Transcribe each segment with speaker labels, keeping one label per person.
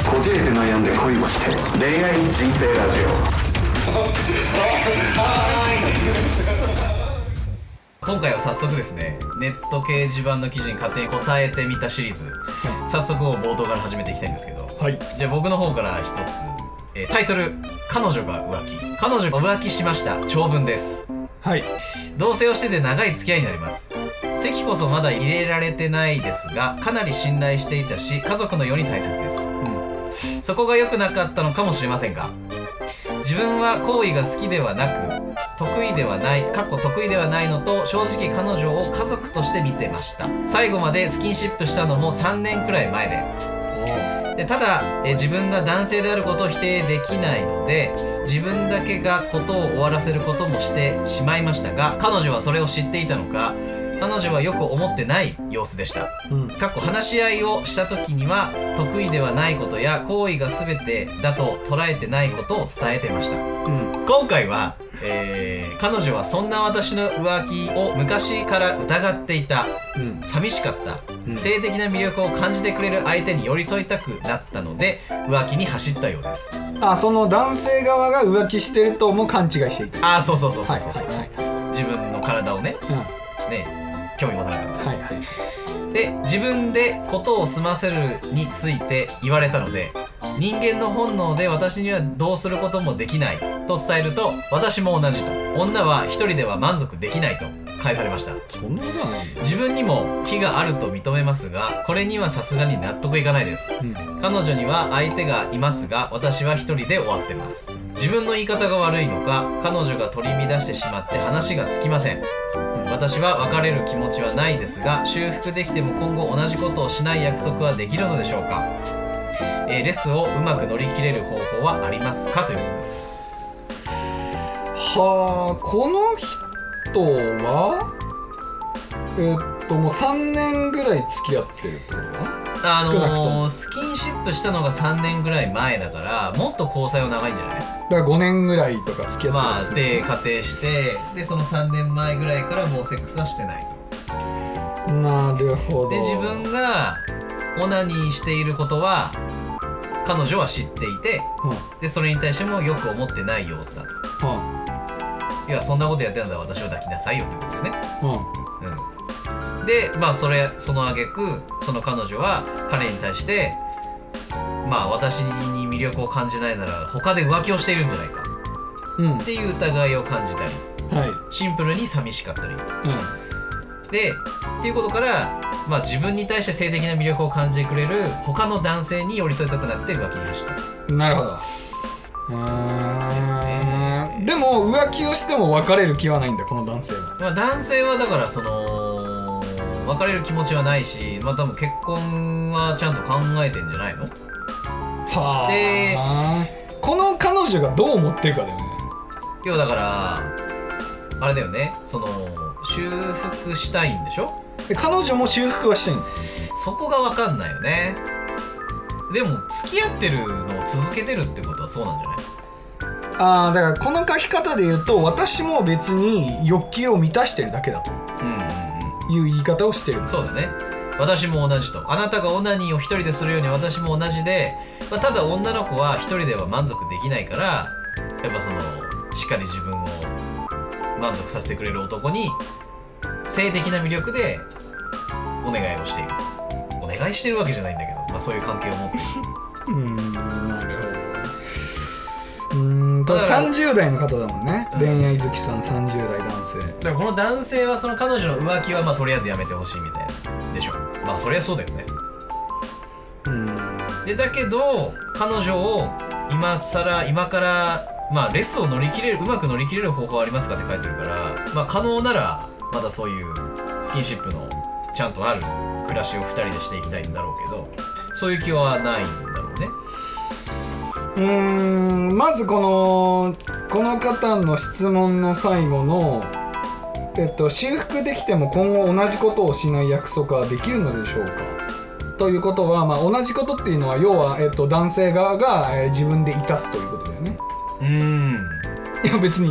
Speaker 1: こじれて悩んで恋をして恋愛人生ラジ
Speaker 2: オ。今回は早速ですね、ネット掲示板の記事に勝手に答えてみたシリーズ、早速もう冒頭から始めていきたいんですけど、はい、じゃあ僕の方から一つ、タイトル、彼女が浮気。彼女が浮気しました。長文です。はい。同棲をしてて長い付き合いになります。籍こそまだ入れられてないですが、かなり信頼していたし、家族のように大切です。そこが良くなかったのかもしれませんが、自分は行為が好きではなく、得意ではないのと、正直彼女を家族として見てました。最後までスキンシップしたのも3年くらい前で、ただ自分が男性であることを否定できないので、自分だけがことを終わらせることもしてしまいましたが、彼女はそれを知っていたのか、彼女はよく思ってない様子でした。話し合いをした時には、得意ではないことや行為が全てだと捉えてないことを伝えてました。今回は、彼女はそんな私の浮気を昔から疑っていた、寂しかった、性的な魅力を感じてくれる相手に寄り添いたくなったので、浮気に走ったようです。
Speaker 3: その男性側が浮気してるとも勘違いしていた。
Speaker 2: そう。自分の体をね、興味持たなかった。で、自分で事を済ませるについて言われたので、人間の本能で私にはどうすることもできないと伝えると、私も同じと、女は一人では満足できないと返されました。
Speaker 3: そんなことはない。
Speaker 2: 自分にも非があると認めますが、これにはさすがに納得いかないです。彼女には相手がいますが、私は一人で終わってます。自分の言い方が悪いのか、彼女が取り乱してしまって話がつきません。私は別れる気持ちはないですが、修復できても今後同じことをしない約束はできるのでしょうか。レスをうまく乗り切れる方法はありますか、ということです。
Speaker 3: この人はもう3年ぐらい付き合ってるってことかな。少なくとも
Speaker 2: スキンシップしたのが3年ぐらい前だから、もっと交際は長いんじゃない？だ
Speaker 3: から5年ぐらいとか付き合ってるん
Speaker 2: ですよね。で仮定して、でその3年前ぐらいからもうセックスはしてない
Speaker 3: と。なるほど。
Speaker 2: で自分がオナニーしていることは彼女は知っていて、でそれに対してもよく思ってない様子だと。いや、そんなことやってんだら私を抱きなさいよってことですよね。で、その挙句、その彼女は彼に対して、私に魅力を感じないなら他で浮気をしているんじゃないか、っていう疑いを感じたり、シンプルに寂しかったり、でっていうことから、自分に対して性的な魅力を感じてくれる他の男性に寄り添いたくなって浮気に走ったと。
Speaker 3: なるほど。でも浮気をしても別れる気はないんだ、この男性は。
Speaker 2: 男性はだからその別れる気持ちはないし、多分結婚はちゃんと考えてんじゃないの？
Speaker 3: で、この彼女がどう思ってるかだよね。
Speaker 2: 要はだからあれだよね、その修復したいんでしょ？
Speaker 3: 彼女も修復はしたいんです。
Speaker 2: そこが分かんないよね。でも付き合ってるのを続けてるってことはそうなんじゃない？
Speaker 3: だからこの書き方で言うと、私も別に欲求を満たしてるだけだという言い方をしてる。
Speaker 2: そうだね。私も同じと。あなたがオナニーを一人でするように私も同じで、ただ女の子は一人では満足できないから、やっぱそのしっかり自分を満足させてくれる男に性的な魅力でお願いをしている。お願いしてるわけじゃないんだけど、そういう関係を持っている。
Speaker 3: なるほど。30代の方だもんね、恋愛好きさん。30代男性
Speaker 2: だから、この男性はその彼女の浮気はとりあえずやめてほしいみたいなでしょ。そりゃそうだよね。でだけど彼女を今からレスをうまく乗り切れる方法はありますかって書いてるから、可能ならまだそういうスキンシップのちゃんとある暮らしを2人でしていきたいんだろうけど、そういう気はないんだろうね。
Speaker 3: まずこの方の質問の最後の、修復できても今後同じことをしない約束はできるのでしょうか、ということは、同じことっていうのは要は、男性側が、自分でいたすということだよね。いや別に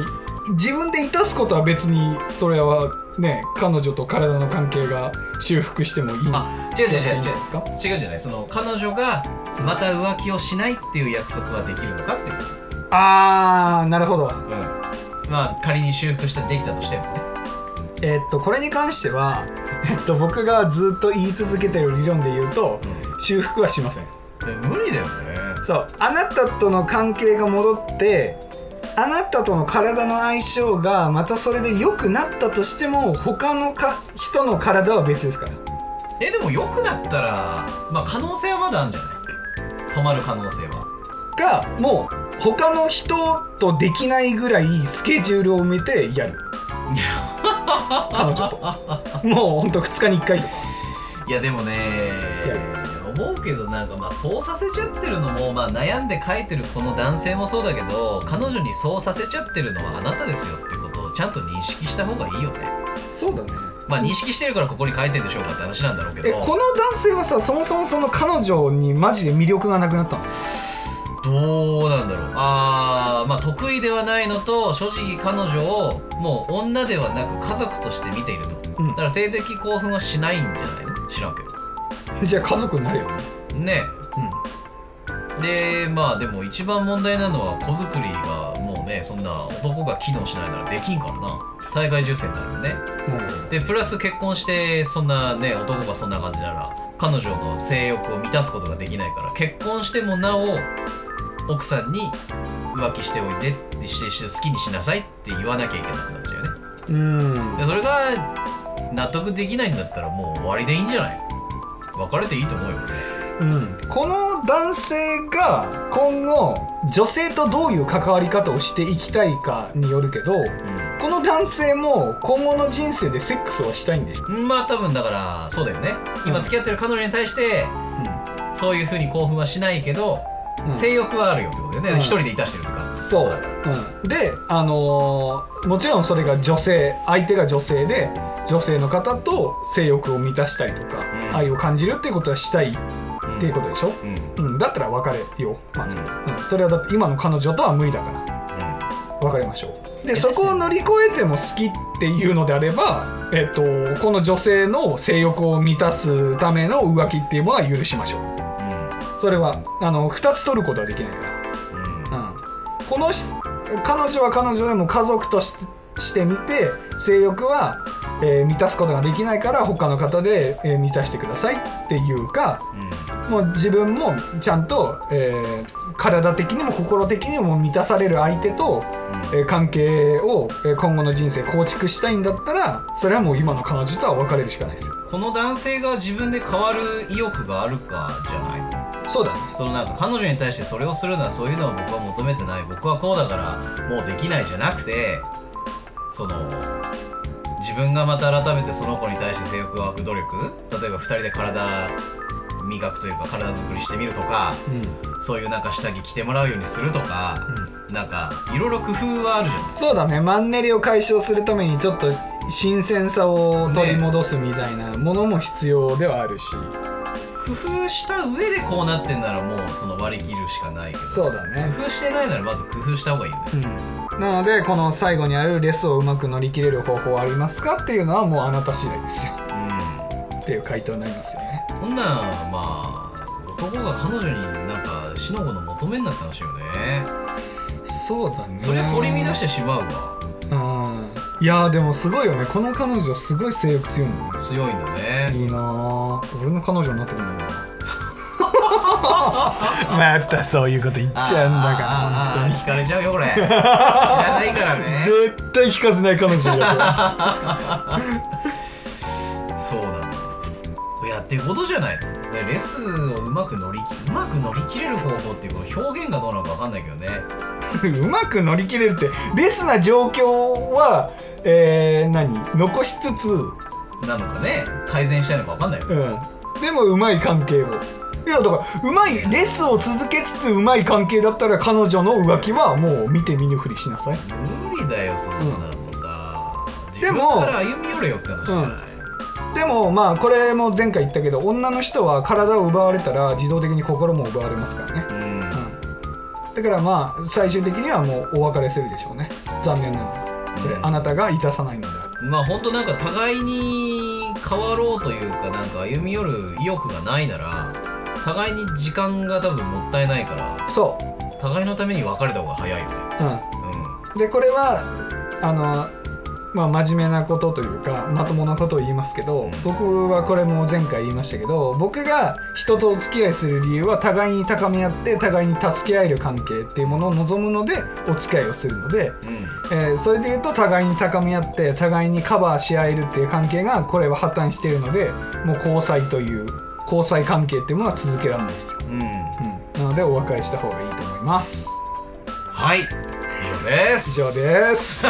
Speaker 3: 自分でいたすことは別にそれはね彼女と体の関係が修復してもいいん
Speaker 2: 違う
Speaker 3: じゃないですか。
Speaker 2: 違うじゃない。その彼女がまた浮気をしないっていう約束はできるのかっていうことですよ。
Speaker 3: あーなるほど。
Speaker 2: まあ仮に修復してできたとしてもね。
Speaker 3: これに関しては、僕がずっと言い続けてる理論で言うと、修復はしません。
Speaker 2: 無理だよね。
Speaker 3: そう、あなたとの関係が戻ってあなたとの体の相性がまたそれで良くなったとしても他の人の体は別ですから。
Speaker 2: でも良くなったら、まあ可能性はまだあるんじゃない？止まる可能性は。
Speaker 3: がもう他の人とできないぐらいスケジュールを埋めてやる。彼女ともうほんと2日に1回とか。
Speaker 2: いやでもね思うけど、なんかまあそうさせちゃってるのも、まあ悩んで書いてるこの男性もそうだけど、彼女にそうさせちゃってるのはあなたですよっていうことをちゃんと認識した方がいいよね。
Speaker 3: そうだね。
Speaker 2: まあ認識してるからここに書いてるんでしょうかって話なんだろうけど。
Speaker 3: この男性はさ、そもそもその彼女にマジで魅力がなくなったの？
Speaker 2: どうなんだろう。まあ得意ではないのと、正直彼女をもう女ではなく家族として見ていると、だから性的興奮はしないんじゃないの？知らんけど。
Speaker 3: じゃあ家族になるよね。
Speaker 2: ねえ、でまあでも一番問題なのは子作りがもうね、そんな男が機能しないならできんからな。体外受精になるよね。でプラス結婚してそんなね男がそんな感じなら彼女の性欲を満たすことができないから、結婚してもなお奥さんに浮気しておいてして好きにしなさいって言わなきゃいけなくなっちゃうよね。でそれが納得できないんだったらもう終わりでいいんじゃない？別れていいと思うよね。
Speaker 3: この男性が今後女性とどういう関わり方をしていきたいかによるけど、この男性も今後の人生でセックスをしたいんでしょ。
Speaker 2: まあ多分だからそうだよね。今付き合ってる彼女に対して、そういう風に興奮はしないけど、性欲はあるよってことだよね。一人でいたしてるとか。
Speaker 3: そう、でもちろんそれが女性、相手が女性で女性の方と性欲を満たしたりとか、愛を感じるっていうことはしたいっていうことでしょ。だったら別れようまず。それはだって今の彼女とは無理だから、別れましょう。でそこを乗り越えても好きっていうのであれば、この女性の性欲を満たすための浮気っていうものは許しましょう。それは2つ取ることはできないから、この彼女は彼女でも家族として見て性欲は、満たすことができないから他の方で、満たしてくださいっていうか、もう自分もちゃんと、体的にも心的にも満たされる相手と、関係を、今後の人生構築したいんだったら、それはもう今の彼女とは別れるしかないですよ。
Speaker 2: この男性が自分で変わる意欲があるかじゃない？
Speaker 3: そうだね。
Speaker 2: そのなんか彼女に対してそれをするのはそういうのは僕は求めてない、僕はこうだからもうできないじゃなくて、その自分がまた改めてその子に対して性欲が湧く努力、例えば2人で体磨くというか体作りしてみるとか、そういうなんか下着着てもらうようにするとか、なんかいろいろ工夫はあるじゃん。
Speaker 3: そうだね。マンネリを解消するためにちょっと新鮮さを取り戻すみたいなものも必要ではあるし、
Speaker 2: 工夫した上でこうなってんならもうその割り切るしかないけど、
Speaker 3: そうだね。
Speaker 2: 工夫してないならまず工夫した方がいいよね。
Speaker 3: なのでこの最後にあるレスをうまく乗り切れる方法はありますかっていうのはもうあなた次第ですよ、っていう回答になりますよね。
Speaker 2: こんなんまあ男が彼女になんか死の子の求めになって話よね。
Speaker 3: そうだね。
Speaker 2: それは取り乱してしまうわ。
Speaker 3: いやでもすごいよね。この彼女すごい性欲強いんだね。
Speaker 2: 強いんだね。い
Speaker 3: いなぁ。俺の彼女になってくるんだな。またそういうこと言っちゃうんだから本当に
Speaker 2: 引かれちゃうよこれ。知らないからね。
Speaker 3: 絶対引かせない彼女や
Speaker 2: そうなんだよ。やってることじゃないの。レスをうまく乗り切れる方法っていうこの表現がどうなのか分かんないけどね。
Speaker 3: うまく乗り切れるってレスな状況は、残しつつ
Speaker 2: なのかね、改善したいのか分かんないよね。
Speaker 3: でもうまい関係を、いやだからうまいレスを続けつつうまい関係だったら彼女の浮気はもう見て見ぬふりしなさい。
Speaker 2: 無理だよそんなのさ、自分から歩み寄れよって話じゃない。
Speaker 3: でもまあこれも前回言ったけど、女の人は体を奪われたら自動的に心も奪われますからね。だからまあ最終的にはもうお別れするでしょうね。残念ながら。 それ、あなたがいたさないのである。
Speaker 2: まあ本当なんか互いに変わろうというか、なんか歩み寄る意欲がないなら互いに時間が多分もったいないから、
Speaker 3: そう
Speaker 2: 互いのために別れた方が早いよね。
Speaker 3: でこれはまあ、真面目なことというかまともなことを言いますけど、僕はこれも前回言いましたけど、僕が人とお付き合いする理由は互いに高め合って互いに助け合える関係っていうものを望むのでお付き合いをするので、それでいうと互いに高め合って互いにカバーし合えるっていう関係がこれは破綻しているので、もう交際という交際関係っていうものは続けられないですよ、なのでお別れした方がいいと思います。
Speaker 2: はい、以上です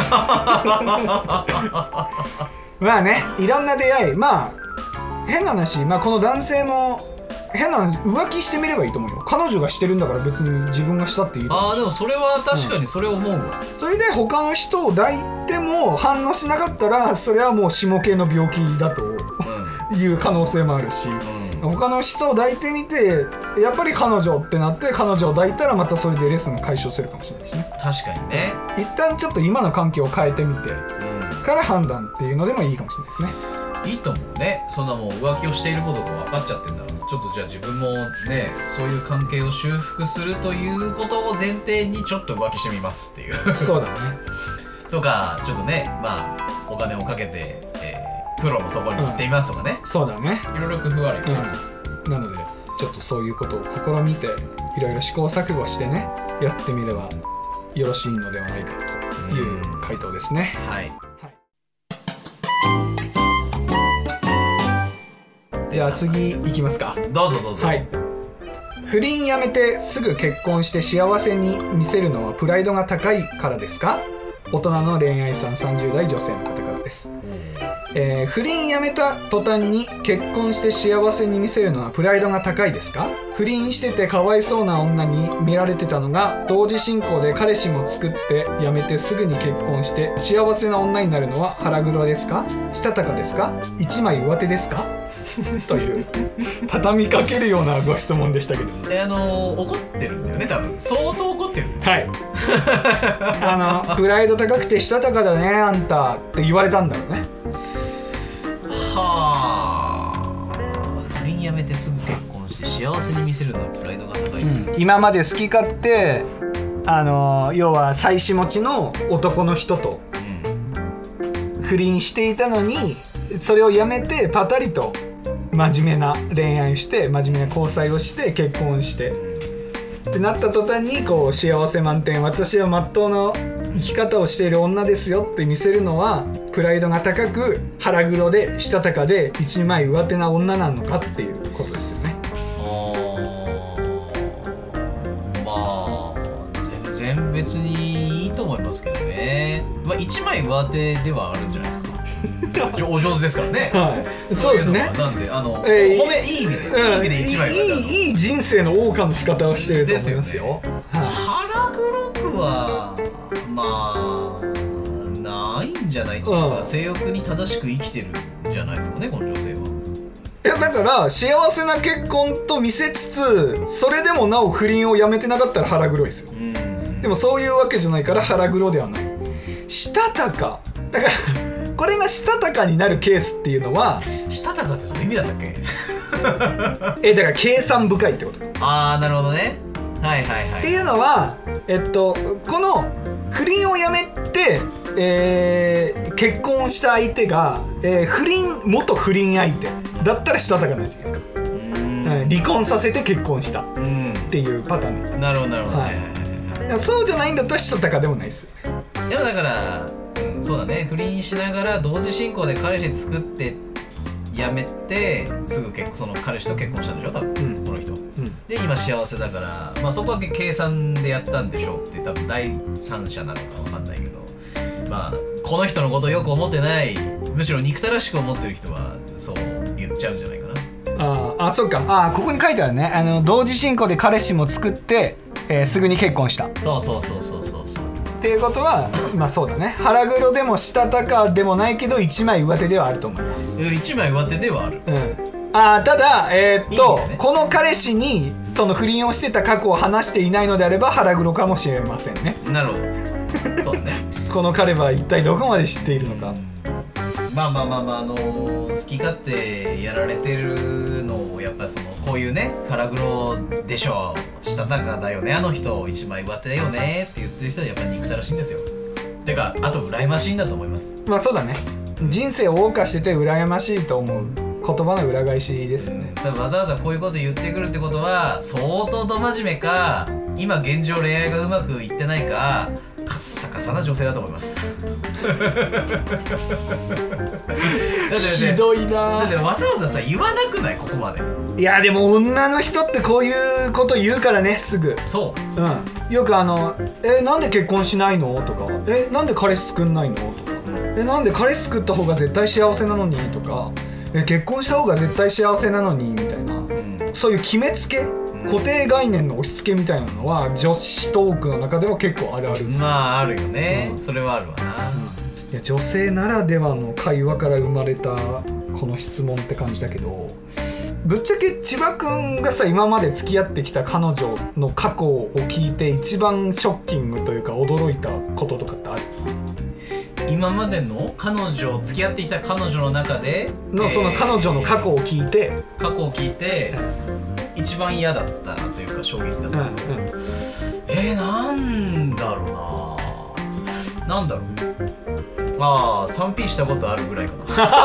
Speaker 3: まあね、いろんな出会い、まあ変な話、まあ、この男性も変な話浮気してみればいいと思うよ。彼女がしてるんだから別に自分がしたっていいと思う。
Speaker 2: でもそれは確かにそれ思うわ、
Speaker 3: それで他の人を抱いても反応しなかったらそれはもう下系の病気だという可能性もあるし、他の人を抱いてみてやっぱり彼女ってなって彼女を抱いたらまたそれでレッスンが解消するかもしれないしね。
Speaker 2: 確かにね、
Speaker 3: 一旦ちょっと今の環境を変えてみて、から判断っていうのでもいいかもしれないですね。
Speaker 2: いいと思うね。そんなもう浮気をしていることが分かっちゃってるんだから、ちょっとじゃあ自分もねそういう関係を修復するということを前提にちょっと浮気してみますっていう
Speaker 3: そうだね
Speaker 2: とか、ちょっとね、まあお金をかけて、プロのところに行ってみますとかね、
Speaker 3: そうだね、
Speaker 2: いろいろ工夫あるよね、
Speaker 3: なのでちょっとそういうことを試みていろいろ試行錯誤してねやってみればよろしいのではないかという回答ですね。
Speaker 2: はい、
Speaker 3: じゃあ次いきますか。
Speaker 2: どうぞどうぞ。
Speaker 3: はい。不倫やめてすぐ結婚して幸せに見せるのはプライドが高いからですか？大人の恋愛さん30代女性の方からです。不倫やめた途端に結婚して幸せに見せるのはプライドが高いですか？不倫しててかわいそうな女に見られてたのが同時進行で彼氏も作って辞めてすぐに結婚して幸せな女になるのは腹黒ですか？したたかですか？一枚上手ですか？という畳みかけるようなご質問でしたけど、
Speaker 2: 怒ってるんだよね、多分相当怒ってる。
Speaker 3: はいプライド高くてしたたかだねあんたって言われたんだろうね。
Speaker 2: はあ、不倫やめてすぐ結婚して幸せに見せるのはプライドが高いです、
Speaker 3: 今まで好き勝手要は妻子持ちの男の人と不倫していたのに、それをやめてパタリと真面目な恋愛して真面目な交際をして結婚してってなった途端にこう幸せ満点、私は真っ当な生き方をしている女ですよって見せるのはプライドが高く腹黒でしたたかで一枚上手な女なのかっていうことですよね。
Speaker 2: まあ全然別にいいと思いますけどね。まあ一枚上手ではあるんじゃないですか。お上手ですからね。
Speaker 3: はい、そうですね。
Speaker 2: なんで褒めいい意味で一枚上手。
Speaker 3: いい人生の謳歌の仕方をしていると思いますよ。
Speaker 2: 腹黒くはまあないんじゃないっていうか、性欲に正しく生きてるんじゃないですかね、この女性は。
Speaker 3: いやだから幸せな結婚と見せつつそれでもなお不倫をやめてなかったら腹黒いですよ。でもそういうわけじゃないから腹黒ではない。したたかだからこれがしたたかになるケースっていうのは、
Speaker 2: したたかってどういう意味だったっけ？
Speaker 3: だから計算深いってこと。
Speaker 2: ああ、なるほどね。はいはいはい。
Speaker 3: っていうのはこの不倫をやめて、結婚した相手が、元不倫相手だったらしたたかなんじゃないですか。離婚させて結婚したっていうパターンで。
Speaker 2: なるほどなるほど。はい
Speaker 3: はいはい。そうじゃないんだったらしたたかでもないです。
Speaker 2: でもだからそうだね、不倫しながら同時進行で彼氏作って辞めてすぐその彼氏と結婚したんでしょ多分、この人、で今幸せだから、まあ、そこは計算でやったんでしょうって多分第三者なのか分かんないけど、まあこの人のことをよく思ってない、むしろ憎たらしく思ってる人はそう言っちゃうんじゃないかな。
Speaker 3: そうか。ここに書いてあるね。同時進行で彼氏も作って、すぐに結婚した。
Speaker 2: そう
Speaker 3: っていうことはまあそうだね、腹黒でもしたたかでもないけど一枚上手ではあると思います。
Speaker 2: 一枚上手ではある。
Speaker 3: ただ
Speaker 2: いいんだよね
Speaker 3: この彼氏にその不倫をしてた過去を話していないのであれば腹黒かもしれませんね。
Speaker 2: なるほどそうだね
Speaker 3: この彼は一体どこまで知っているのか。
Speaker 2: まあ好き勝手やられてるのをやっぱりこういうね腹黒でしょしたたかだよねあの人一枚上手だよねって言ってる人はやっぱり憎たらしいんですよ。てかあと羨ましいんだと思います。
Speaker 3: まあそうだね、人生を謳歌してて羨ましいと思う言葉の裏返しですよね。
Speaker 2: 多分わざわざこういうこと言ってくるってことは相当ど真面目か今現状恋愛がうまくいってないかカッサカサな女性だと思います
Speaker 3: ひどいな。
Speaker 2: だってわざわざさ言わなくないここまで。
Speaker 3: いやでも女の人ってこういうこと言うからねすぐ。
Speaker 2: そう、
Speaker 3: よくなんで結婚しないのとかなんで彼氏作んないのとかなんで彼氏作った方が絶対幸せなのにとか結婚した方が絶対幸せなのにみたいな、そういう決めつけ固定概念の押し付けみたいなのは女子トークの中では結構あるあるです。
Speaker 2: まああるよね、それはあるわな、
Speaker 3: いや女性ならではの会話から生まれたこの質問って感じだけど、ぶっちゃけ千葉くんがさ今まで付き合ってきた彼女の過去を聞いて一番ショッキングというか驚いたこととかってある？
Speaker 2: 今までの付き合ってきた彼女の中で
Speaker 3: のその彼女の過去を聞いて、
Speaker 2: 一番嫌だったなというか衝撃だったの、なんだろうな、3P したことあるぐらいか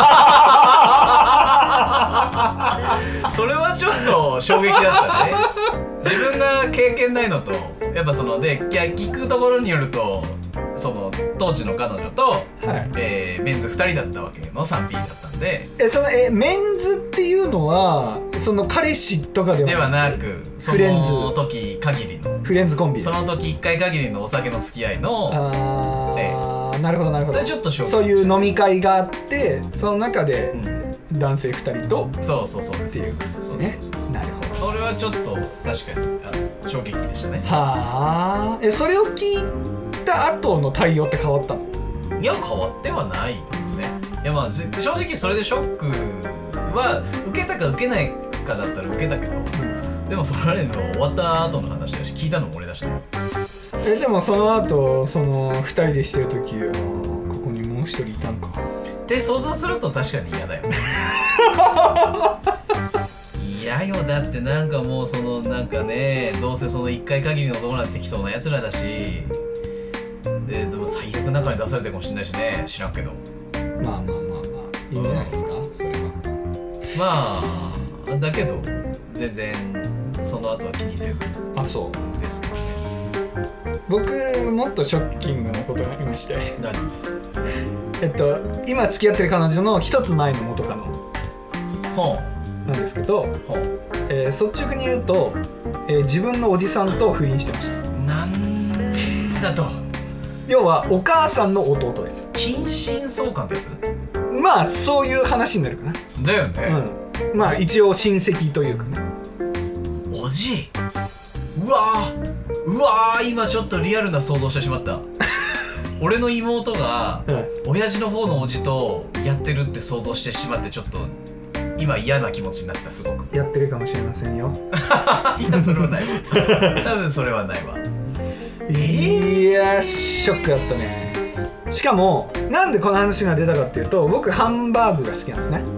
Speaker 2: なそれはちょっと衝撃だったね自分が経験ないのとやっぱ聞くところによると当時の彼女と、メンズ2人だったわけの 3P だったんで、
Speaker 3: メンズっていうのは彼氏とかでは
Speaker 2: なくその時限りの
Speaker 3: フレンズコンビ、
Speaker 2: その時1回限りのお酒の付き合いの
Speaker 3: なるほどなるほど。
Speaker 2: それちょっと
Speaker 3: そういう飲み会があってその中で男性2人と
Speaker 2: そう
Speaker 3: っていうね。なるほど。
Speaker 2: それはちょっと確かに衝撃でしたね。
Speaker 3: はあ。それを聞いた後の対応って変わったの？
Speaker 2: いや変わってはないよね。いやまあ正直それでショックは受けたか受けないかだったら受けたけど、でもそれの終わった後の話だし聞いたのも俺だしね。
Speaker 3: でもその後2人でしてる時はここにもう一人いたんか
Speaker 2: って想像すると確かに嫌だよね嫌よ。だってなんかもうなんかねどうせ1回限りの男なんてきそうなやつらだし、でも最悪中に出されてるかもしれないしね、知らんけど。まあ
Speaker 3: いいんじゃないですか、それは。
Speaker 2: まあだけど全然その後は気にせず
Speaker 3: そう
Speaker 2: ですけどね。
Speaker 3: 僕もっとショッキングなことがありまして。
Speaker 2: 何？
Speaker 3: 今付き合ってる彼女の一つ前の元カノなんですけど、率直に言うと、自分のおじさんと不倫してました。
Speaker 2: なんだと？
Speaker 3: 要はお母さんの弟です。
Speaker 2: 近親相関です？
Speaker 3: まあそういう話になるかな。
Speaker 2: だよね、
Speaker 3: まあ一応親戚というかね。
Speaker 2: おじ？うわー今ちょっとリアルな想像してしまった俺の妹が親父の方のおじとやってるって想像してしまって、ちょっと今嫌な気持ちになった。すごく
Speaker 3: やってるかもしれませんよ
Speaker 2: いやそれはないわ多分それはないわ。
Speaker 3: いやショックだったね。しかもなんでこの話が出たかっていうと、僕ハンバーグが好きなんですね。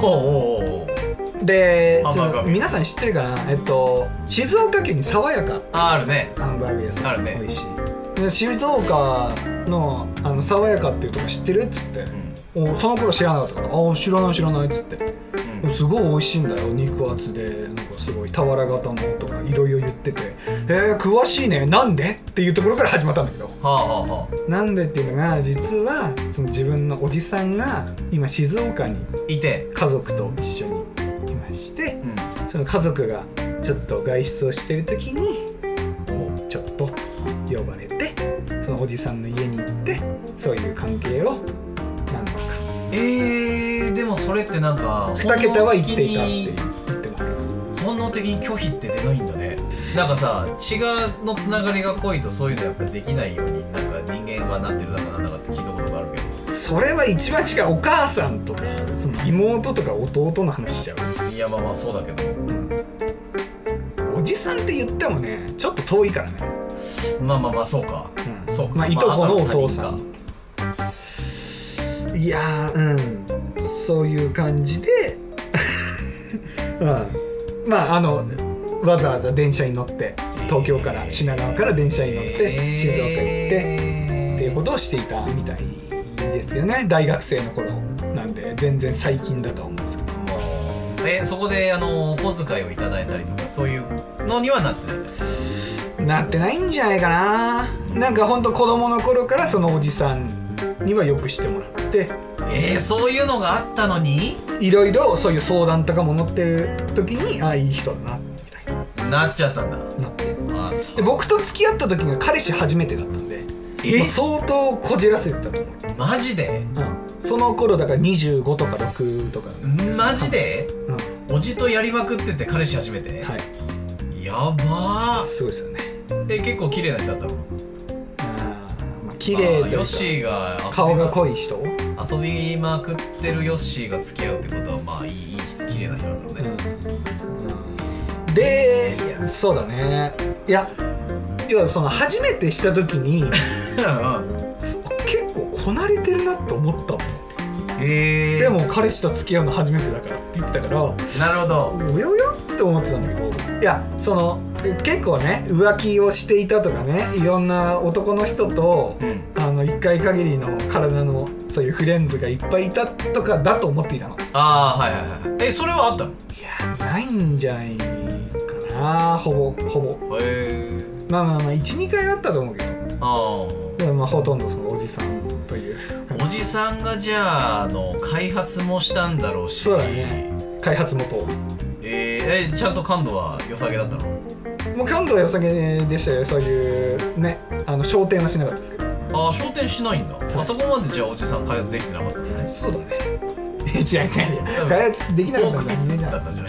Speaker 3: で皆さん知ってるかな、静岡県に爽やか
Speaker 2: あるね、
Speaker 3: ハンバーグ屋さん
Speaker 2: あるね、
Speaker 3: 美味しい。で静岡の爽やかっていうとこ知ってるっつって、その頃知らなかったから、知らないっつって、すごい美味しいんだよ、肉厚でなんかすごい俵型のとかいろいろ言ってて、詳しいね、なんでっていうところから始まったんだけど、なんでっていうのが、実はその自分のおじさんが今静岡にいて家族と一緒にいまして、その家族がちょっと外出をしてる時にちょっと呼ばれて、そのおじさんの家に行ってそういう関係を何度か。
Speaker 2: でもそれってなんか
Speaker 3: 2桁は言っていたって言ってますけど、
Speaker 2: 本能的に拒否って出ないんだね。なんかさ、血のつながりが濃いとそういうのやっぱできないようになんか人間はなってるだかなんだかって聞いたことがあるけど、
Speaker 3: それは一番違う。お母さんとかその妹とか弟の話しちゃう。
Speaker 2: いいやまあまあそうだけど、
Speaker 3: おじさんって言ってもねちょっと遠いからね。
Speaker 2: まあまあまあそうか、そうか、
Speaker 3: まあいとこのお父さん、
Speaker 2: ま
Speaker 3: いやそういう感じでまあわざわざ電車に乗って東京から品川から電車に乗って静岡行ってっていうことをしていたみたいですけどね。大学生の頃なんで全然最近だと思うんですけど。
Speaker 2: そこでお小遣いをいただいたりとかそういうのにはなってない？
Speaker 3: なってないんじゃないかな。なんかほんと子供の頃からそのおじさんにはよくしてもらって、
Speaker 2: そういうのがあったのに
Speaker 3: いろいろそういう相談とかも載ってる時にいい人だなみたい
Speaker 2: なっちゃったんだ。
Speaker 3: なってで僕と付き合った時が彼氏初めてだったんで、相当こじらせてたと思う。
Speaker 2: マジで？
Speaker 3: その頃だから25とか6とか。
Speaker 2: マジで？おじとやりまくってて彼氏初めて？
Speaker 3: はい。
Speaker 2: やばー。
Speaker 3: すごいですよね。
Speaker 2: 結構綺麗な人だったの？
Speaker 3: 綺麗で
Speaker 2: ヨッシーが
Speaker 3: 顔が濃い人？
Speaker 2: 遊びまくってるヨッシーが付き合うってことはまあいい綺麗な人なんだろうね。
Speaker 3: でそうだね。いや要はその初めてした時に結構こなれてるなって思ったの。でも彼氏と付き合うの初めてだからって言ったから、
Speaker 2: なるほど、
Speaker 3: おやおやって思ってたんだけど、いやその結構ね浮気をしていたとかね、いろんな男の人と、1回限りの体のそういうフレンズがいっぱいいたとかだと思っていたの。
Speaker 2: はいはいはい。それはあったの？
Speaker 3: いやないんじゃないかな、ほぼ。まあ 1,2 回あったと思うけど、でもほとんどそのおじさんという
Speaker 2: おじさんがじゃあ開発もしたんだろうし。
Speaker 3: そうだね、開発元。
Speaker 2: ちゃんと感度は良さげだったの？
Speaker 3: もう感度は良さげでしたよ。そういうね昇天はしなかったですけど。
Speaker 2: 昇天しないんだ。そこまでじゃあおじさん開発できてなかったんだね。
Speaker 3: そうだね。違う開発できなかったんだね。
Speaker 2: だったんじゃ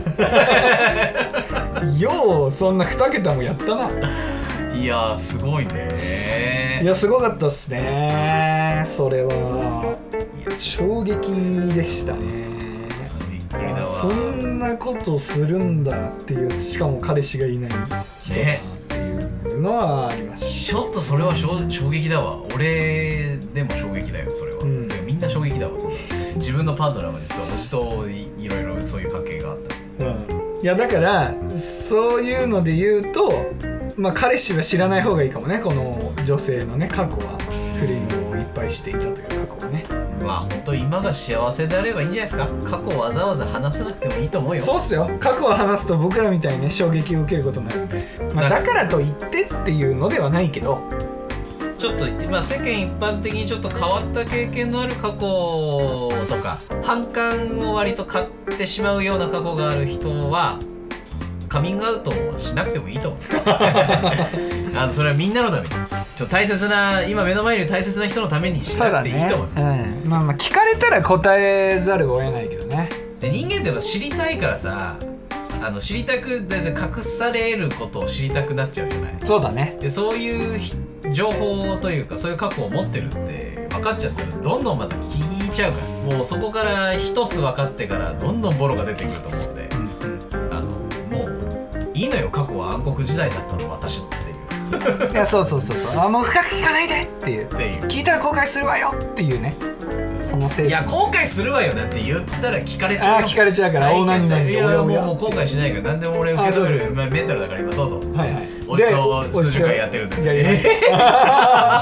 Speaker 2: ない？
Speaker 3: ようそんな2桁もやったな。
Speaker 2: いやすごいね。
Speaker 3: いやすごかったっすね。それは衝撃でしたね。
Speaker 2: びっくりだわ。
Speaker 3: そんなことするんだっていう、しかも彼氏がいない人だなっていうのはありますし、
Speaker 2: ちょっとそれは衝撃だわ。俺でも衝撃だよそれは。みんな衝撃だわ。そんな自分のパートナーは実はおじといろいろそういう関係があった。
Speaker 3: いやだからそういうので言うと、彼氏は知らない方がいいかもね。この女性のね過去は不倫をいっぱいしていたという過去はね。本当今が幸せであればいいんじゃないですか。過去をわざわざ話さなくてもいいと思うよ。そうっすよ。過去を話すと僕らみたいにね衝撃を受けることになるんで、だからといってっていうのではないけど、
Speaker 2: ちょっと世間一般的にちょっと変わった経験のある過去とか反感を割と買ってしまうような過去がある人はカミングアウトはしなくてもいいと思う。それはみんなのために大切な今目の前にいる大切な人のためにしなくていいと思う。
Speaker 3: 聞かれたら答えざるを得ないけどね。
Speaker 2: で人間って知りたいからさ、知りたくで隠されることを知りたくなっちゃうじゃない。
Speaker 3: そうだね。
Speaker 2: でそういう情報というかそういう過去を持ってるって分かっちゃったらどんどんまた聞いちゃうから、もうそこから一つ分かってからどんどんボロが出てくると思うんで、もういいのよ過去は暗黒時代だったの私のっていう。いやそうもう深く聞かないでっていう聞いたら後悔するわよっていうね、その精神。いや後悔するわよだって言ったら聞かれちゃうよ。聞かれちゃうからオーナーになる。いやもう後悔しないから何でも俺受け止めるメンタルだから今どうぞ。はいはい。俺と数十回やってるんで。やりました。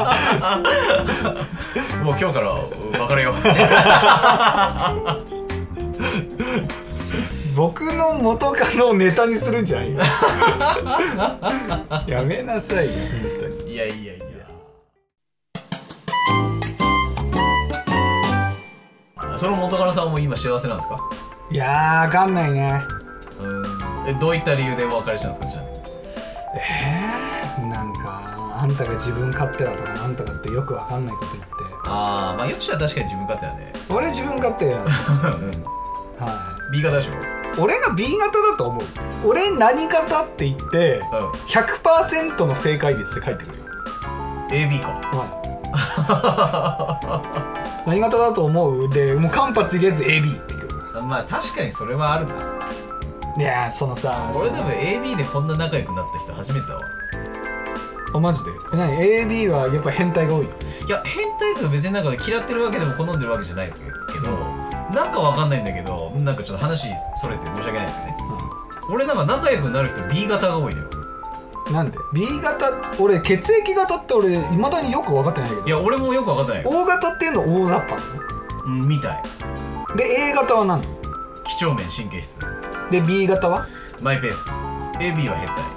Speaker 2: もう今日から別れよう。
Speaker 3: 僕の元カノをネタにするんじゃない？やめなさいよ本当に。
Speaker 2: いや。その元カノさんも今幸せなんですか？
Speaker 3: いやー分かんないね。
Speaker 2: どういった理由でお別れしたんですかじゃ
Speaker 3: あ。なんかあんたが自分勝手だとかなんとかってよく分かんないこと言って。
Speaker 2: ヨッシーは確かに自分勝手だね。
Speaker 3: 俺自分勝手やん。
Speaker 2: はい。B 型でしょ。
Speaker 3: 俺が B 型だと思う。俺何型って言って、100% の正解率で返ってくるよ。
Speaker 2: AB か。
Speaker 3: 何型だと思うでもう間髪入れず AB って言う。
Speaker 2: 確かにそれはあるな。
Speaker 3: いやそのさ
Speaker 2: 俺多分 AB でこんな仲良くなった人初めてだわ。
Speaker 3: あマジで何 AB はやっぱ変態が多いの？
Speaker 2: いや変態ですよ。別になんか嫌ってるわけでも好んでるわけじゃないですけど、なんかわかんないんだけど、なんかちょっと話それて申し訳ないんだけどね、俺なんか仲良くなる人 B 型が多いのよ。
Speaker 3: なんで B 型俺血液型って俺未だによく分かってないけど。
Speaker 2: いや俺もよく分かってないよ。
Speaker 3: O 型っていうの大雑把なの？
Speaker 2: みたい
Speaker 3: で A 型は何？
Speaker 2: 几帳面神経質
Speaker 3: で B 型は？
Speaker 2: マイペース。 AB は変態。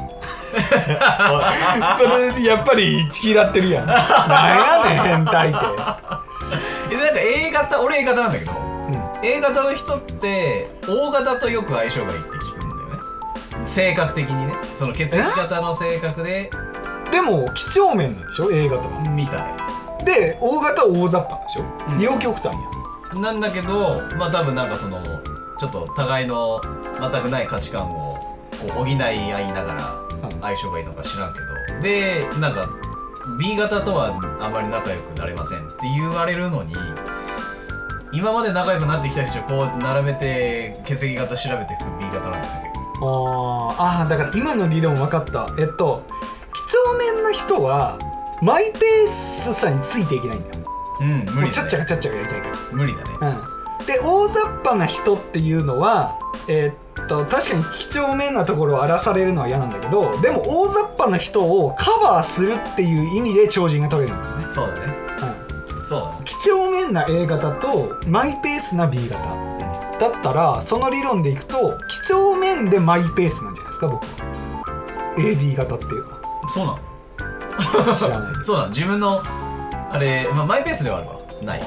Speaker 3: それやっぱりチキラってるやん。なんやねん変態って。
Speaker 2: なんか A 型、俺 A 型なんだけど、A 型の人って O 型とよく相性がいいって聞くんだよね、性格的にね。その血液型の性格で。
Speaker 3: でも几帳面なんでしょ A 型は。
Speaker 2: みたい
Speaker 3: で O 型は大雑把でしょ、両極端や
Speaker 2: なんだけど、まあ多分なんかそのちょっと互いの全くない価値観をこう補い合いながら相性がいいのか知らんけど、でなんか B 型とはあんまり仲良くなれませんって言われるのに、今まで仲良くなってきた人をこう並べて血液型調べていくと B 型なんだけど。
Speaker 3: あだから今の理論分かった。几帳面な人はマイペースさについていけないんだよ。
Speaker 2: 無理だね。
Speaker 3: ちゃっちゃがちゃっちゃがやりたいから。
Speaker 2: 無理だね。
Speaker 3: で大雑把な人っていうのは確かに几帳面なところを荒らされるのは嫌なんだけど、でも大雑把な人をカバーするっていう意味で超人が取れるんだよね。
Speaker 2: そうだね。そうだね。
Speaker 3: 几帳面な A 型とマイペースな B 型だったら、その理論でいくと几帳面でマイペースなんじゃないですか僕は。 AB 型っていうのは。
Speaker 2: そうなの？
Speaker 3: 知らない
Speaker 2: そうなの。自分のあれ、まあ、マイペースではあるわ。ない。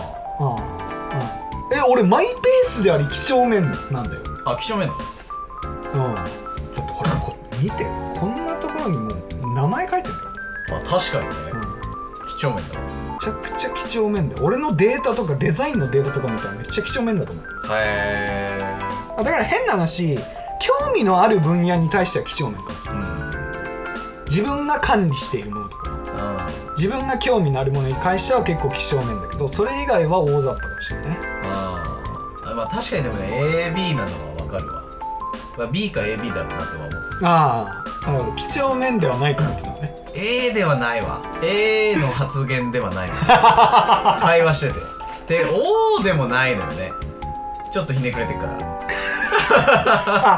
Speaker 3: 俺マイペースであり几帳面なんだよ。
Speaker 2: あ、几帳面なの？
Speaker 3: だってほら見て、こんなところにもう名前書いてるよ。
Speaker 2: 確かにね、几帳面だわ。
Speaker 3: めちゃくちゃ几帳面だよ。俺のデータとかデザインのデータとか見たらめっちゃ几帳面だと思う。
Speaker 2: へ
Speaker 3: だから変な話、興味のある分野に対しては几帳面かも。自分が管理しているものとか、自分が興味のあるものに関しては結構几帳面だけど、それ以外は大雑把かもしれないね。
Speaker 2: まあ確かにでもね AB なのは分かるわ。まあ、B か AB だろうなとは思ってた。
Speaker 3: なるほど。几帳面ではないと思ってたのね。
Speaker 2: A ではないわ。A の発言ではないわ。会話してて。で O でもないのよね。ちょっとひねくれてるから。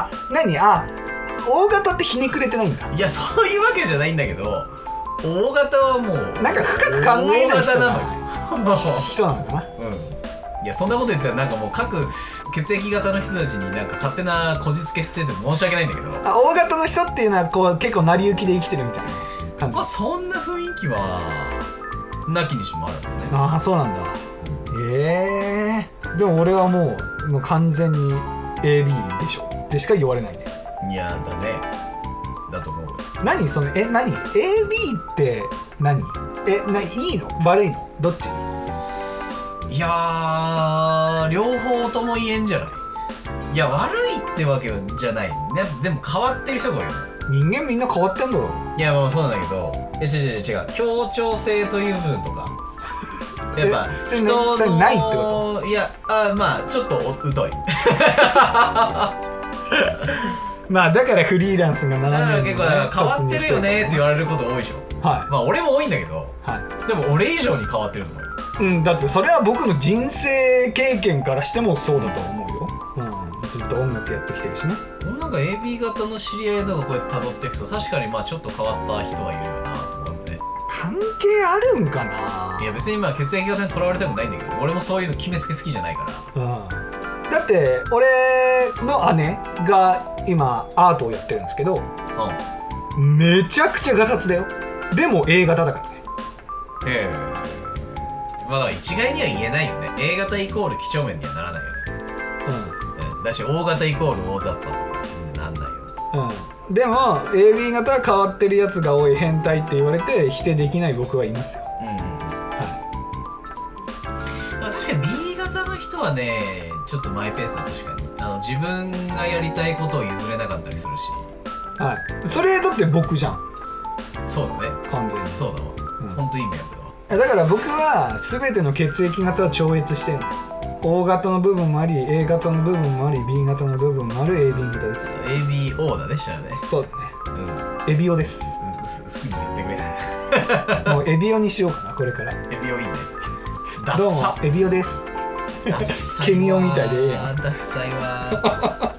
Speaker 3: 何大型ってひねくれてないんだ。
Speaker 2: いやそういうわけじゃないんだけど、大型はもう
Speaker 3: なんか深く考えない人なのかな。
Speaker 2: いやそんなこと言ったらなんかもう各血液型の人たちになんか勝手なこじつけしてて申し訳ないんだけど、
Speaker 3: 大型の人っていうのはこう結構成り行きで生きてるみたいな感じ。
Speaker 2: まあそんな雰囲気はなきにしもあらずだね。
Speaker 3: そうなんだ。でも俺はもう完全に AB でしょでしか言われないね。
Speaker 2: いやだね。だと思う。
Speaker 3: 何その何 AB って何いいの悪いのどっち？
Speaker 2: いやー両方とも言えんじゃない。いや悪いってわけじゃないね。でも変わってる人が多いよ。
Speaker 3: 人間みんな変わってんだろ。
Speaker 2: いやまあそうなんだけど、違う協調性という部分とかやっぱ人の
Speaker 3: それないってこと？
Speaker 2: いやまあちょっと疎い。
Speaker 3: まあだからフリーランスが7年
Speaker 2: 結構変わってるよねって言われること多いでしょ。まあ俺も多いんだけど、でも俺以上に変わってると思うよ。
Speaker 3: だってそれは僕の人生経験からしてもそうだと思うよ。ずっと音楽やってきてるしね。
Speaker 2: なんか AB 型の知り合いとかこうやって辿っていくと確かにまあちょっと変わった人はいるよなと思うね。
Speaker 3: 関係あるんかな。
Speaker 2: いや別にまあ血液型にとらわれたくないんだけど、俺もそういうの決めつけ好きじゃないから。
Speaker 3: だって俺の姉が今アートをやってるんですけど、めちゃくちゃガサツだよ。でも A 型だからね。
Speaker 2: まあだから一概には言えないよね。 A 型イコール几帳面にはならないよね。だし O 型イコール大雑把とかなんないよ。
Speaker 3: でも AB 型は変わってるやつが多い変態って言われて否定できない僕はいますよ。
Speaker 2: 確かに B 型の人はねちょっとマイペースだ。確かに自分がやりたいことを譲れなかったりするし。
Speaker 3: それだって僕じゃん。
Speaker 2: そうだね。
Speaker 3: 完全に
Speaker 2: そうだわ。ほんといい迷惑だわ。
Speaker 3: だから僕は全ての血液型を超越してるの。 O 型の部分もあり A 型の部分もあり B 型の部分もある AB 型です。
Speaker 2: ABO だね、したらね。
Speaker 3: そうだね、エビオです。
Speaker 2: 好きに言ってくれ。
Speaker 3: もうエビオにしようかなこれから。
Speaker 2: エビオいいね。ダ
Speaker 3: どう
Speaker 2: ッサ
Speaker 3: もエビオです。
Speaker 2: ダッサいわ
Speaker 3: ケミオみたいでええやん。
Speaker 2: ダッサいわ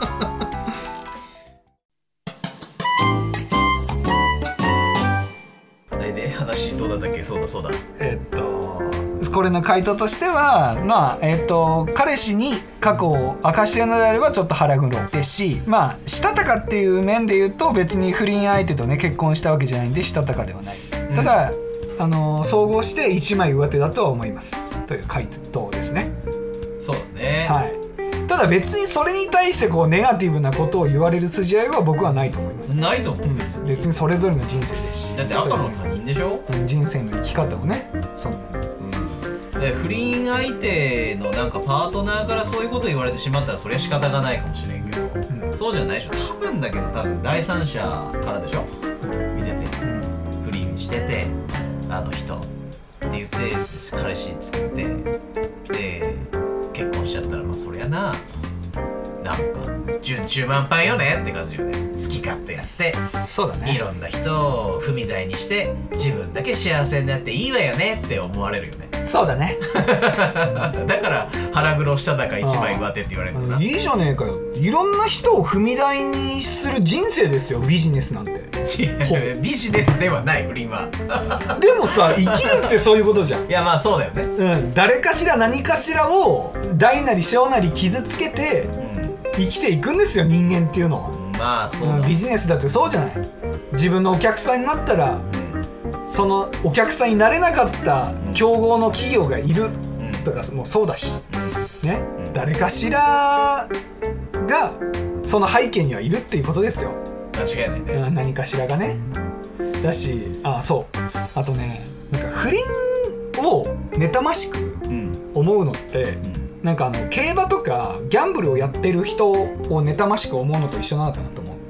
Speaker 2: で話どうだったっけ。そうだ
Speaker 3: これの回答としてはまあ彼氏に過去を明かしているのであればちょっと腹黒ですし、まあしたたかっていう面で言うと別に不倫相手とね結婚したわけじゃないんでしたたかではない。ただ、総合して一枚上手だとは思いますという回答ですね。
Speaker 2: そうだね。
Speaker 3: はい。ただ別にそれに対してこうネガティブなことを言われる筋合いは僕はないと思います。
Speaker 2: ないと思う、
Speaker 3: 別にそれぞれの人生ですし。
Speaker 2: だって赤の他人でしょ。
Speaker 3: 人生の生き方をね。そう。
Speaker 2: で不倫相手のなんかパートナーからそういうこと言われてしまったらそれは仕方がないかもしれんけど、そうじゃないでしょ。多分だけど第三者からでしょ。見てて、不倫しててあの人って言って彼氏作ってで結婚しちゃったらまあそりゃなんか順中満帆よねって感じよね。好き勝手やって
Speaker 3: そうだね。
Speaker 2: いろんな人を踏み台にして自分だけ幸せになっていいわよねって思われるよね。
Speaker 3: そうだね。
Speaker 2: だから腹黒したたか一枚上手って言われるんだな。
Speaker 3: いいじゃねえかよ。いろんな人を踏み台にする人生ですよビジネスなんて。
Speaker 2: ビジネスではない不倫は。
Speaker 3: でもさ生きるってそういうことじゃん。
Speaker 2: いやまあそうだよね。
Speaker 3: 誰かしら何かしらを大なり小なり傷つけて生きていくんですよ人間っていうのは。
Speaker 2: まあそうだ。
Speaker 3: ビジネスだってそうじゃない。自分のお客さんになったらそのお客さんになれなかった競合の企業がいるとかもそうだし、ね、誰かしらがその背景にはいるっていうことですよ。
Speaker 2: 間違いないね。
Speaker 3: 何かしらがね。だしそうあとねなんか不倫を妬ましく思うのって、なんか競馬とかギャンブルをやってる人を妬ましく思うのと一緒なのかなと思う。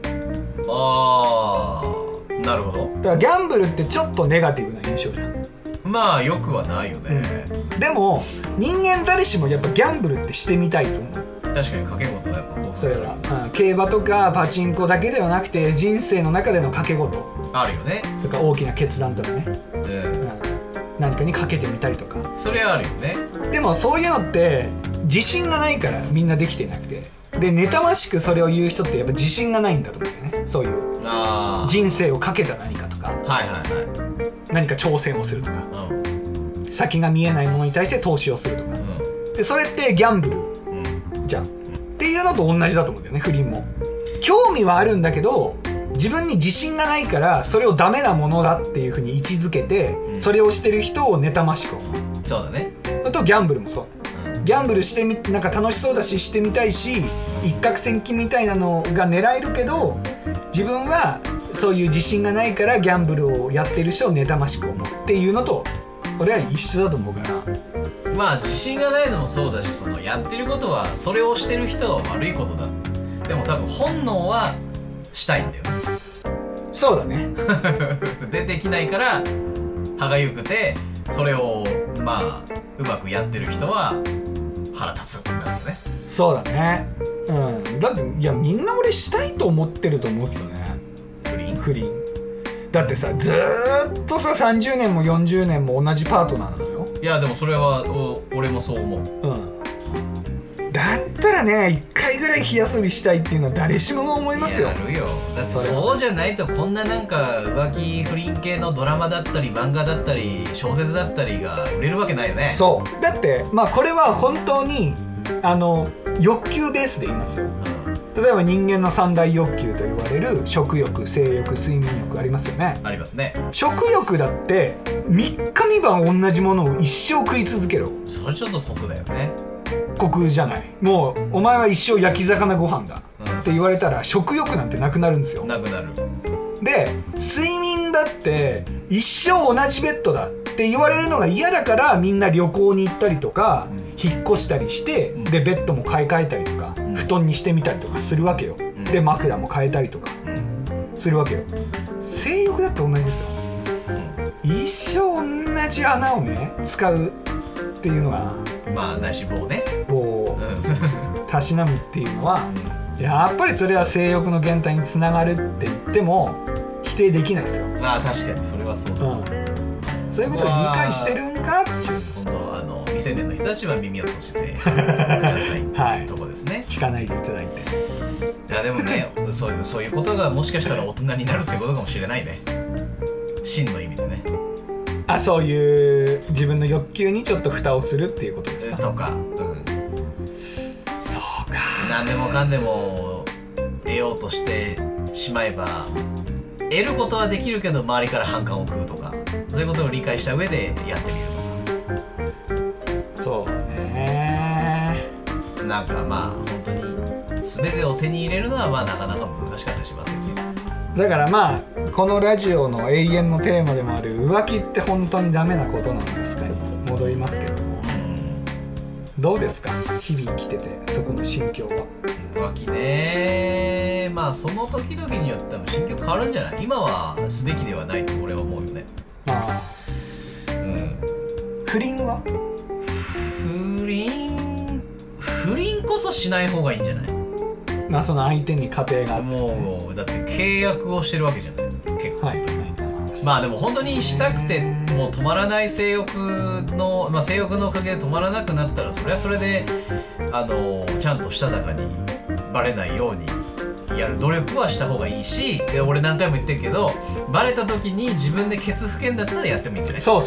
Speaker 2: なるほど。
Speaker 3: だからギャンブルってちょっとネガティブな印象じゃん。
Speaker 2: まあよくはないよね、
Speaker 3: でも人間誰しもやっぱギャンブルってしてみたいと思う。
Speaker 2: 確かに賭け事はやっぱこう
Speaker 3: それは、競馬とかパチンコだけではなくて人生の中での賭け事
Speaker 2: あるよね。
Speaker 3: とか大きな決断とかね、何かにかけてみたりとか
Speaker 2: それはあるよね。
Speaker 3: でもそういうのって自信がないからみんなできてなくて、で妬ましくそれを言う人ってやっぱ自信がないんだと思うんだよね。そういう人生をかけた何かとか、何か挑戦をするとか、先が見えないものに対して投資をするとか、でそれってギャンブルじゃん、っていうのと同じだと思うんだよね。不倫も興味はあるんだけど自分に自信がないからそれをダメなものだっていうふうに位置づけて、それをしてる人を妬ましく思う。
Speaker 2: そうだね。
Speaker 3: あとギャンブルもそう、ギャンブルしてなんか楽しそうだししてみたいし一攫千金みたいなのが狙えるけど自分はそういう自信がないからギャンブルをやってる人を妬ましく思うっていうのと俺は一緒だと思うから。
Speaker 2: まあ自信がないのもそうだし、そのやってることはそれをしてる人は悪いことだ。でも多分本能はしたいんだよね。
Speaker 3: そうだね。
Speaker 2: でできないから歯がゆくてそれをまあうまくやってる人は腹立つってなるよね。
Speaker 3: そうだね。だっていやみんな俺したいと思ってると思うけどね。不倫だってさずーっとさ30年も40年も同じパートナーなのよ。
Speaker 2: いやでもそれは俺もそう思う。
Speaker 3: だったらね1回ぐらい火遊びしたいっていうのは誰しもが思いますよ。
Speaker 2: やるよ。だってそうじゃないとこんななんか浮気不倫系のドラマだったり漫画だったり小説だったりが売れるわけないよね。
Speaker 3: そうだってまあこれは本当に欲求ベースで言いますよ。例えば人間の三大欲求と言われる食欲、性欲、睡眠欲ありますよね。
Speaker 2: ありますね。
Speaker 3: 食欲だって3日3晩同じものを一生食い続けろ。
Speaker 2: それちょっと酷だよね。
Speaker 3: 酷じゃない。もうお前は一生焼き魚ご飯だって言われたら食欲なんてなくなるんですよ。
Speaker 2: なくなる。で
Speaker 3: 睡眠だって一生同じベッドだって言われるのが嫌だからみんな旅行に行ったりとか、引っ越したりして、でベッドも買い替えたりとか、布団にしてみたりとかするわけよ。で枕も変えたりとかするわけよ。性欲だって同じですよ。一生同じ穴をね使うっていうのが
Speaker 2: まあないし棒ね、
Speaker 3: 棒をたしなむっていうのは、やっぱりそれは性欲の減退につながるって言っても否定できないですよ。
Speaker 2: まあ確かにそれはそうだ、
Speaker 3: そういうことを理解してるんかっていう、
Speaker 2: 今度未成年の人たちは耳を閉じてくださいっていうとこですね、
Speaker 3: 聞かないでいただいて。
Speaker 2: いやでもねそういうことがもしかしたら大人になるってことかもしれないね、真の意味でね。
Speaker 3: そういう自分の欲求にちょっと蓋をするっていうことですか。
Speaker 2: とか、
Speaker 3: そうか。
Speaker 2: 何でもかんでも得ようとしてしまえば得ることはできるけど周りから反感を食うとか、そういうことを理解した上でやってみるとか。
Speaker 3: そうね。
Speaker 2: なんかまあ本当に全てを手に入れるのはまあなかなか難しかったりしますよね。
Speaker 3: だからまあこのラジオの永遠のテーマでもある浮気って本当にダメなことなんですかに戻りますけども、どうですか日々生きててそこの心境は。
Speaker 2: 浮気ね、まあその時々によっては心境変わるんじゃない。今はすべきではないと俺は思うよね。不
Speaker 3: 倫は
Speaker 2: 不倫こそしない方がいいんじゃない。
Speaker 3: まあその相手に家庭があって、
Speaker 2: もうだって契約をしてるわけじゃない結構、まあでも本当にしたくてもう止まらない性欲の、性欲のおかげで止まらなくなったらそれはそれでちゃんとしたたかにバレないようにやる努力はした方がいいし、で俺何回も言ってるけどバレた時に自分でケツ拭けんだったらやってもいいんじゃない。
Speaker 3: そう、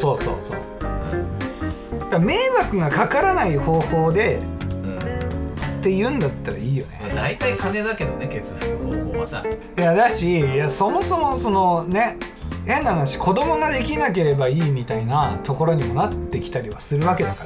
Speaker 3: だから迷惑がかからない方法でって言うんだったらいいよね。
Speaker 2: 大体金だけどね、ケツ拭く方法はさ。
Speaker 3: いやそもそもそのね、変な話、子供ができなければいいみたいなところにもなってきたりはするわけだから。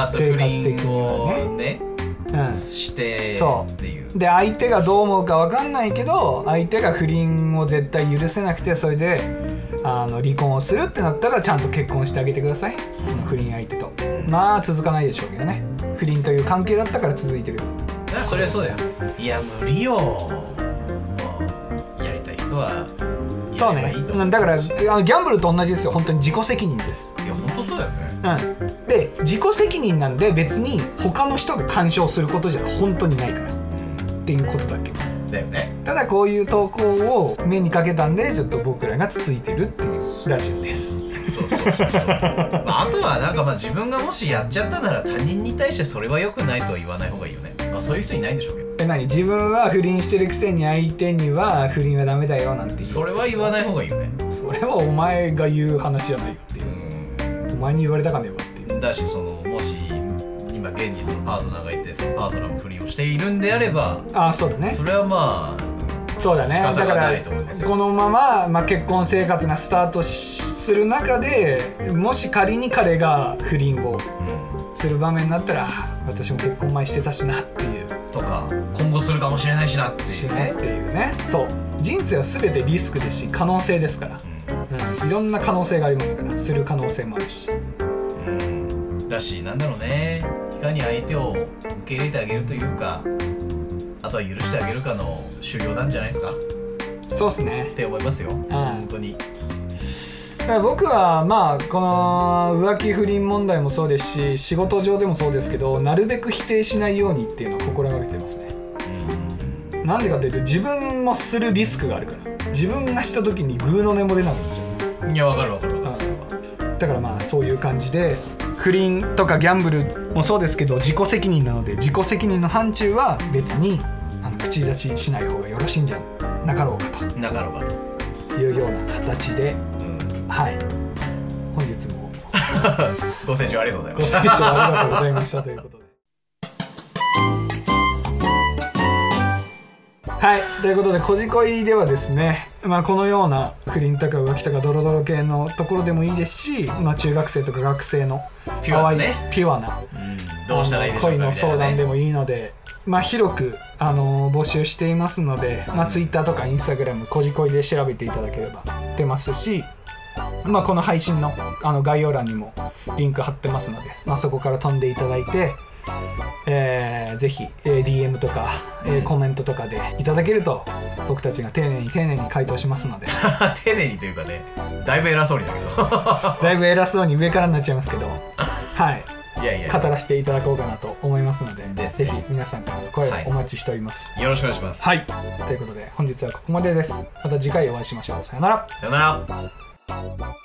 Speaker 2: 生活的にはね、してっていう。
Speaker 3: で相手がどう思うか分かんないけど、相手が不倫を絶対許せなくてそれで離婚をするってなったらちゃんと結婚してあげてください、その不倫相手と。まあ続かないでしょうけどね、不倫という関係だったから続いてる。
Speaker 2: それはそうだよ。いや無理よ、やりたい人はやればいいと思う。
Speaker 3: だからギャンブルと同じですよ、本当に自己責任です。
Speaker 2: いや本当そうだよね。
Speaker 3: で自己責任なんで別に他の人が干渉することじゃ本当にないからっていうことだけ
Speaker 2: だよね。
Speaker 3: ただこういう投稿を目にかけたんでちょっと僕らがつついてるっていうラジオです。
Speaker 2: あとはなんか自分がもしやっちゃったなら他人に対してそれは良くないとは言わない方がいいよね。そういう人いないんでしょうけど。
Speaker 3: 自分は不倫してるくせに相手には不倫はダメだよなんて言う。
Speaker 2: それは言わない方がいいよね。
Speaker 3: それはお前が言う話じゃないよっていう。お前に言われたかねえわっていう。
Speaker 2: だしもし今現にそのパートナーがいてそのパートナーも不倫をしているんであれば、
Speaker 3: そうだね。
Speaker 2: それは
Speaker 3: そうだね。だからこのまま、結婚生活がスタートする中でもし仮に彼が不倫をする場面になったら、私も結婚前してたしなっていう
Speaker 2: とか今後するかもしれないしなって
Speaker 3: いうね。そう、人生は全てリスクですし可能性ですから、いろんな可能性がありますから、する可能性もあるし、
Speaker 2: だしなんだろうね、いかに相手を受け入れてあげるというか、あとは許してあげるかの修行なんじゃないですか。
Speaker 3: そうっすね
Speaker 2: って思いますよ、本当に。
Speaker 3: だから僕はこの浮気不倫問題もそうですし、仕事上でもそうですけど、なるべく否定しないようにっていうのを心がけてますね。なんでかというと自分もするリスクがあるから、自分がした時にグーの音も出なくなっちゃう。
Speaker 2: いや分かる
Speaker 3: だからそういう感じで、不倫とかギャンブルもそうですけど自己責任なので、自己責任の範疇は別に口出ししない方がよろしいんじゃなかろうかというような形で、本日も
Speaker 2: ご清聴ありがとうございました。
Speaker 3: ご清聴ありがとうございましたということで、ということで、こじこいではですね、このような不倫とか浮気とかドロドロ系のところでもいいですし、中学生とか学生の
Speaker 2: ピュ
Speaker 3: アな
Speaker 2: どうしたらいいでしょうか
Speaker 3: 恋の相談でもいいので、広く募集していますので、Twitter とか Instagram こじこいで調べていただければ出ますし、この配信の概要欄にもリンク貼ってますので、そこから飛んでいただいて、ぜひ DM とか、コメントとかでいただけると僕たちが丁寧に回答しますので
Speaker 2: 丁寧にというかね、だいぶ偉そうにだけど
Speaker 3: だいぶ偉そうに上からになっちゃいますけど、 語らせていただこうかなと思いますので、
Speaker 2: ですね、
Speaker 3: ぜひ皆さんからの声をお待ちしております、
Speaker 2: よろしくお願いします。
Speaker 3: はい、ということで本日はここまでです。また次回お会いしましょう。さよなら。
Speaker 2: さよなら。